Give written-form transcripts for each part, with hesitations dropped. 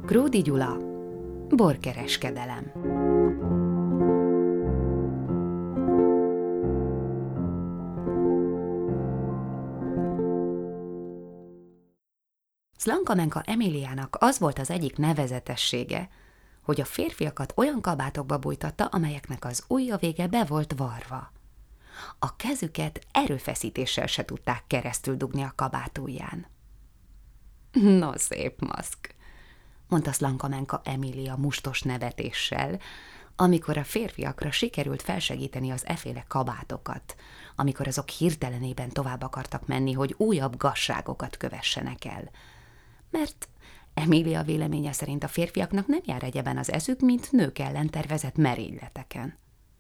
Kródi Gyula, borkereskedelem. Szlankamenka Emiliának az volt az egyik nevezetessége, hogy a férfiakat olyan kabátokba bújtatta, amelyeknek az ujja vége be volt varva. A kezüket erőfeszítéssel se tudták keresztül dugni a kabát ujján. No, szép maszk, mondta Szlankamenka Emília mustos nevetéssel, amikor a férfiakra sikerült felsegíteni az efféle kabátokat, amikor azok hirtelenében tovább akartak menni, hogy újabb gazságokat kövessenek el. Mert Emília véleménye szerint a férfiaknak nem jár egyeben az eszük, mint nők ellen tervezett merényleteken.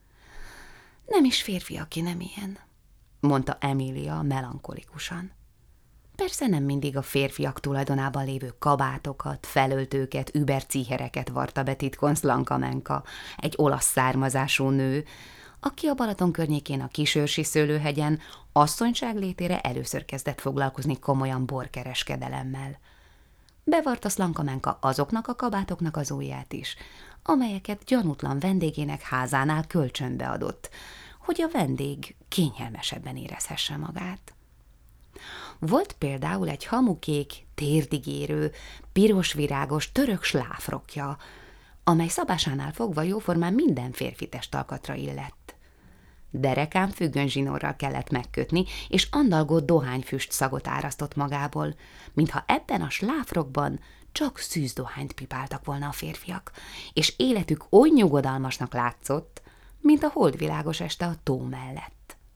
Nem is férfi, aki nem ilyen, mondta Emília melankolikusan. Persze nem mindig a férfiak tulajdonában lévő kabátokat, felöltőket, übercíhereket varta be titkon Szlankamenka, egy olasz származású nő, aki a Balaton környékén a Kisőrsi szőlőhegyen asszonyság létére először kezdett foglalkozni komolyan borkereskedelemmel. Bevarta Szlankamenka azoknak a kabátoknak az ujját is, amelyeket gyanútlan vendégének házánál kölcsönbe adott, hogy a vendég kényelmesebben érezhesse magát. Volt például egy hamukék, térdigérő, pirosvirágos török sláfrokja, amely szabásánál fogva jóformán minden férfi testalkatra illett. Derekán függönyzsinórral kellett megkötni, és andalgó dohányfüst szagot árasztott magából, mintha ebben a sláfrokban csak szűzdohányt pipáltak volna a férfiak, és életük oly nyugodalmasnak látszott, mint a holdvilágos este a tó mellett.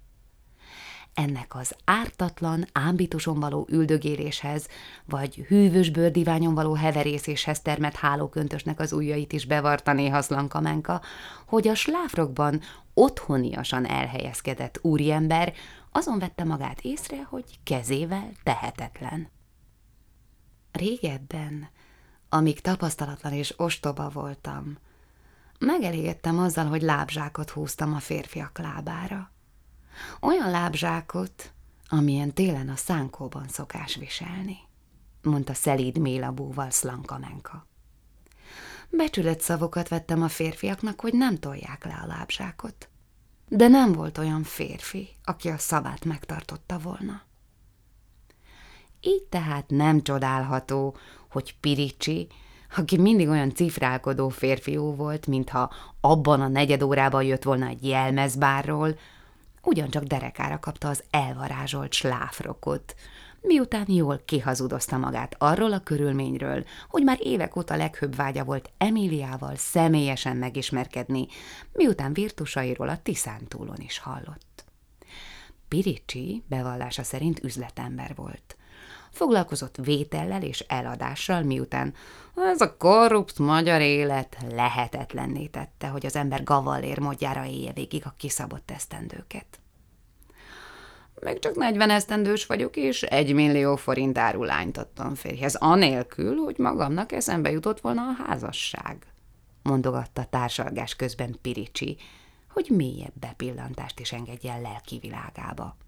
Ennek az ártatlan, ámbituson való üldögéléshez, vagy hűvös bőrdiványon való heverészéshez termett hálóköntösnek az ujjait is bevarta néha Szlankamenka, hogy a sláfrokban otthoniasan elhelyezkedett úriember azon vette magát észre, hogy kezével tehetetlen. Régebben, amíg tapasztalatlan és ostoba voltam, megelégedtem azzal, hogy lábzsákot húztam a férfiak lábára. Olyan lábzsákot, amilyen télen a szánkóban szokás viselni, mondta szelíd mélabúval Szlankamenka. Becsület szavokat vettem a férfiaknak, hogy nem tolják le a lábzsákot, de nem volt olyan férfi, aki a szavát megtartotta volna. Így tehát nem csodálható, hogy Piricsi, aki mindig olyan cifrálkodó férfiú volt, mintha abban a negyedórában jött volna egy jelmezbárról, ugyancsak derekára kapta az elvarázsolt sláfrokot, miután jól kihazudozta magát arról a körülményről, hogy már évek óta leghőbb vágya volt Emíliával személyesen megismerkedni, miután virtusairól a Tiszántúlon is hallott. Piricsi bevallása szerint üzletember volt. Foglalkozott vétellel és eladással, miután ez a korrupt magyar élet lehetetlenné tette, hogy az ember gavallér módjára élje végig a kiszabott esztendőket. Még csak 40 esztendős vagyok, és 1 millió forint áru lányt adtam férjhez, anélkül, hogy magamnak eszembe jutott volna a házasság, mondogatta társalgás közben Piricsi, hogy mélyebb bepillantást is engedjen lelki világába.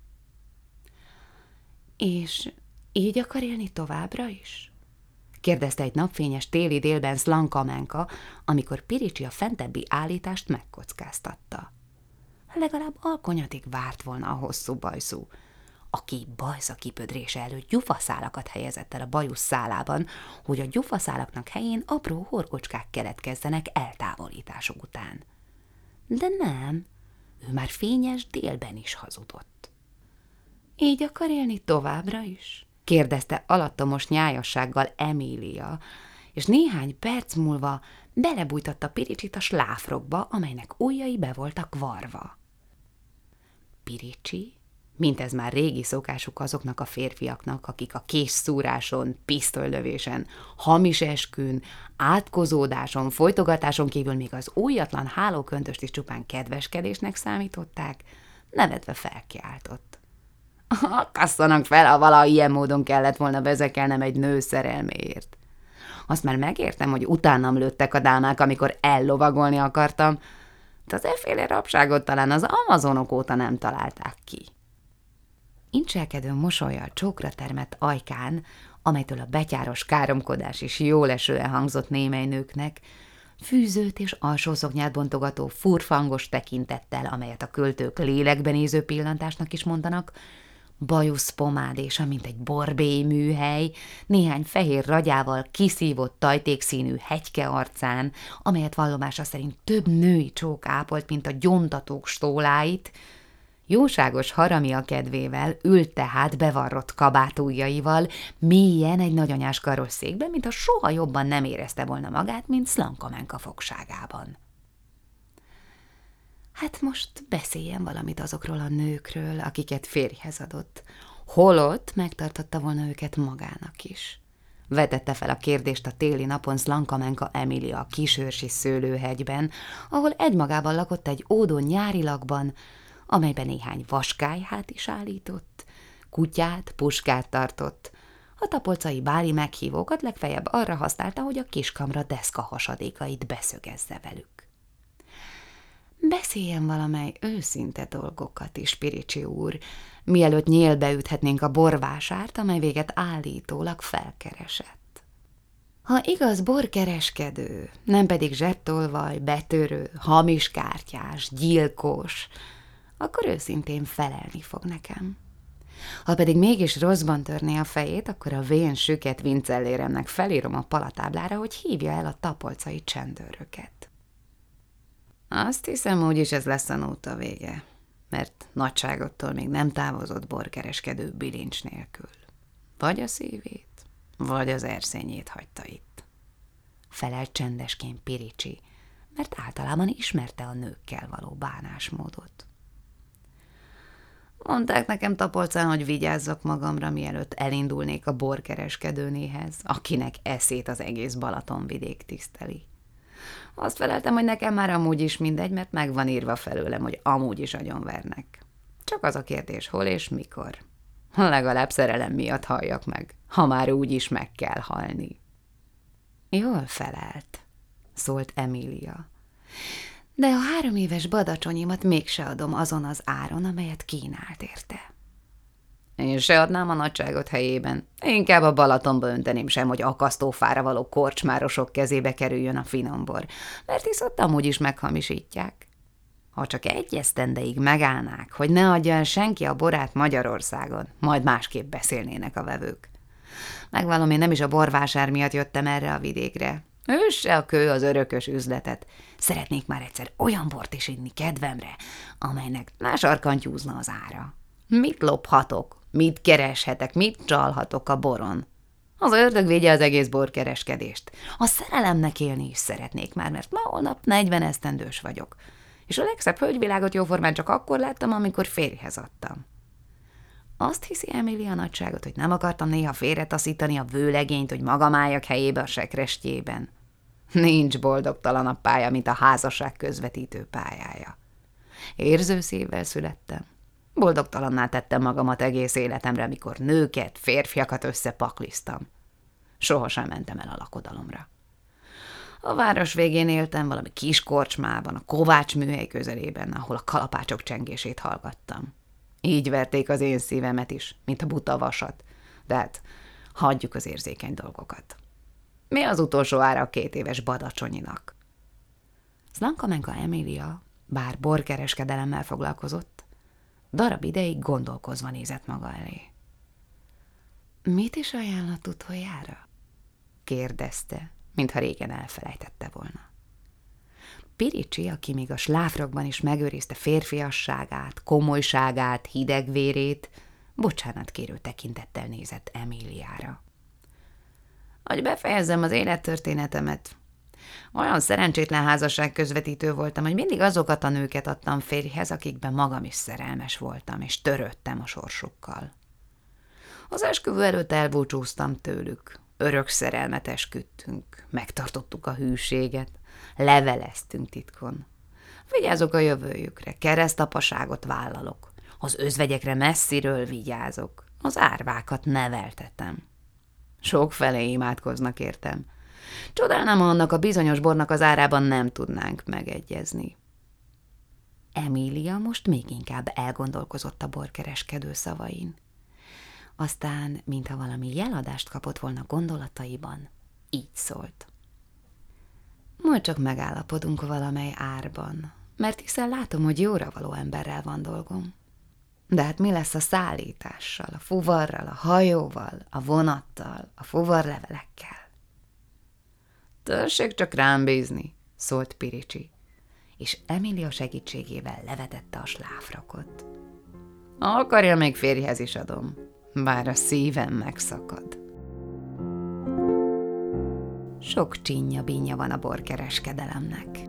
És így akar élni továbbra is? Kérdezte egy napfényes téli délben Szlankamenka, amikor Piricsi a fentebbi állítást megkockáztatta. Legalább alkonyatig várt volna a hosszú bajszú, aki bajsza kipödrése előtt gyufaszálakat helyezett el a bajusz szálában, hogy a gyufaszálaknak helyén apró horgocskák keletkezzenek eltávolításuk után. De nem, ő már fényes délben is hazudott. Így akar élni továbbra is? Kérdezte alattomos nyájassággal Emília, és néhány perc múlva belebújtatta Piricsit a sláfrokba, amelynek ujjai be voltak varva. Piricsi, mint ez már régi szokásuk azoknak a férfiaknak, akik a késszúráson, pisztolylövésen, hamis eskün, átkozódáson, folytogatáson kívül még az újatlan hálóköntöst is csupán kedveskedésnek számították, nevetve felkiáltott. Akasszanak fel, ha valaha ilyen módon kellett volna vezekelnem egy nő szerelméért. Azt már megértem, hogy utánam lőttek a dámák, amikor ellovagolni akartam, de az efféle rabságot talán az amazonok óta nem találták ki. Incselkedő mosollyal csókra termett ajkán, amelytől a betyáros káromkodás is jól esően hangzott némely nőknek, fűzőt és alsószoknyát bontogató furfangos tekintettel, amelyet a költők lélekben néző pillantásnak is mondanak, bajuszpomádésa, mint egy borbély műhely, néhány fehér ragyával kiszívott tajtékszínű hegyke arcán, amelyet vallomása szerint több női csók ápolt, mint a gyomtatók stóláit, jóságos haramia kedvével ült tehát bevarrott kabátujjaival, mélyen egy nagyanyás karosszékben, mintha soha jobban nem érezte volna magát, mint Szlankamenka fogságában. Hát most beszéljen valamit azokról a nőkről, akiket férjhez adott. Holott megtartotta volna őket magának is. Vetette fel a kérdést a téli napon Szlankamenka Emilia a kisőrsi szőlőhegyben, ahol egymagában lakott egy ódon nyárilakban, amelyben néhány vaskályhát is állított, kutyát, puskát tartott. A tapolcai báli meghívókat legfeljebb arra használta, hogy a kiskamra deszka hasadékait beszögezze velük. Beszéljen valamely őszinte dolgokat is, Piricsi úr, mielőtt nyélbe üthetnénk a borvásárt, amely véget állítólag felkeresett. Ha igaz borkereskedő, nem pedig zsebtolvaj, betörő, hamis kártyás, gyilkos, akkor őszintén felelni fog nekem. Ha pedig mégis rosszban törné a fejét, akkor a vén süket vincelléremnek felírom a palatáblára, hogy hívja el a tapolcai csendőröket. Azt hiszem, úgyis ez lesz a nóta vége, mert nagyságottól még nem távozott borkereskedő bilincs nélkül. Vagy a szívét, vagy az erszényét hagyta itt. Felelt csendesként Piricsi, mert általában ismerte a nőkkel való bánásmódot. Mondták nekem Tapolcán, hogy vigyázzak magamra, mielőtt elindulnék a borkereskedőnéhez, akinek eszét az egész Balatonvidék tiszteli. Azt feleltem, hogy nekem már amúgy is mindegy, mert meg van írva felőlem, hogy amúgy is agyonvernek. Csak az a kérdés, hol és mikor. Legalább szerelem miatt halljak meg, ha már úgy is meg kell halni. Jól felelt, szólt Emília. De a 3 éves badacsonyimat mégse adom azon az áron, amelyet kínált érte. Én se adnám a nagyságot helyében. Inkább a Balatonba önteném sem, hogy akasztófára való korcsmárosok kezébe kerüljön a finombor, mert hisz ott amúgy is meghamisítják. Ha csak egy esztendeig megállnák, hogy ne adja el senki a borát Magyarországon, majd másképp beszélnének a vevők. Megvallom, én nem is a borvásár miatt jöttem erre a vidékre. Üsse a kő az örökös üzletet. Szeretnék már egyszer olyan bort is inni kedvemre, amelynek másarkantyúzna az ára. Mit lophatok? Mit kereshetek? Mit csalhatok a boron? Az ördög védje az egész borkereskedést. A szerelemnek élni is szeretnék már, mert ma holnap 40 esztendős vagyok. És a legszebb hölgyvilágot jóformán csak akkor láttam, amikor férjhez adtam. Azt hiszi Emília nagyságot, hogy nem akartam néha félretaszítani a vőlegényt, hogy magam álljak helyébe a sekrestjében. Nincs boldogtalanabb pálya, mint a házasság közvetítő pályája. Érző szívvel születtem. Boldogtalanná tettem magamat egész életemre, mikor nőket, férfiakat összepakliztam. Sohasem mentem el a lakodalomra. A város végén éltem valami kis korcsmában, a Kovács műhely közelében, ahol a kalapácsok csengését hallgattam. Így verték az én szívemet is, mint a buta vasat, de hát hagyjuk az érzékeny dolgokat. Mi az utolsó ára a 2 éves badacsonyinak? Szlankamenka Emília, bár borkereskedelemmel foglalkozott, darab ideig gondolkozva nézett maga elé. Mit is ajánlott utoljára? Kérdezte, mintha régen elfelejtette volna. Piricsi, aki még a sláfrokban is megőrizte férfiasságát, komolyságát, hidegvérét, bocsánatkérő tekintettel nézett Emíliára. Hogy befejezzem az élettörténetemet. Olyan szerencsétlen házasság közvetítő voltam, hogy mindig azokat a nőket adtam férjhez, akikben magam is szerelmes voltam, és törődtem a sorsukkal. Az esküvő előtt elbúcsúztam tőlük, örök szerelmet esküdtünk, megtartottuk a hűséget, leveleztünk titkon. Vigyázok a jövőjükre, keresztapaságot vállalok, az özvegyekre messziről vigyázok, az árvákat neveltetem. Sokfelé imádkoznak értem. Csodálnám, ha annak a bizonyos bornak az árában nem tudnánk megegyezni. Emília most még inkább elgondolkozott a borkereskedő szavain. Aztán, mintha valami jeladást kapott volna gondolataiban, így szólt. Majd csak megállapodunk valamely árban, mert hiszen látom, hogy jóra való emberrel van dolgom. De hát mi lesz a szállítással, a fuvarral, a hajóval, a vonattal, a fuvarlevelekkel? Tessék csak rám bízni, szólt Piricsi, és Emília segítségével levetette a sláfrakot. Ha akarja, még férjhez is adom, bár a szívem megszakad. Sok csinya-bínya van a borkereskedelemnek.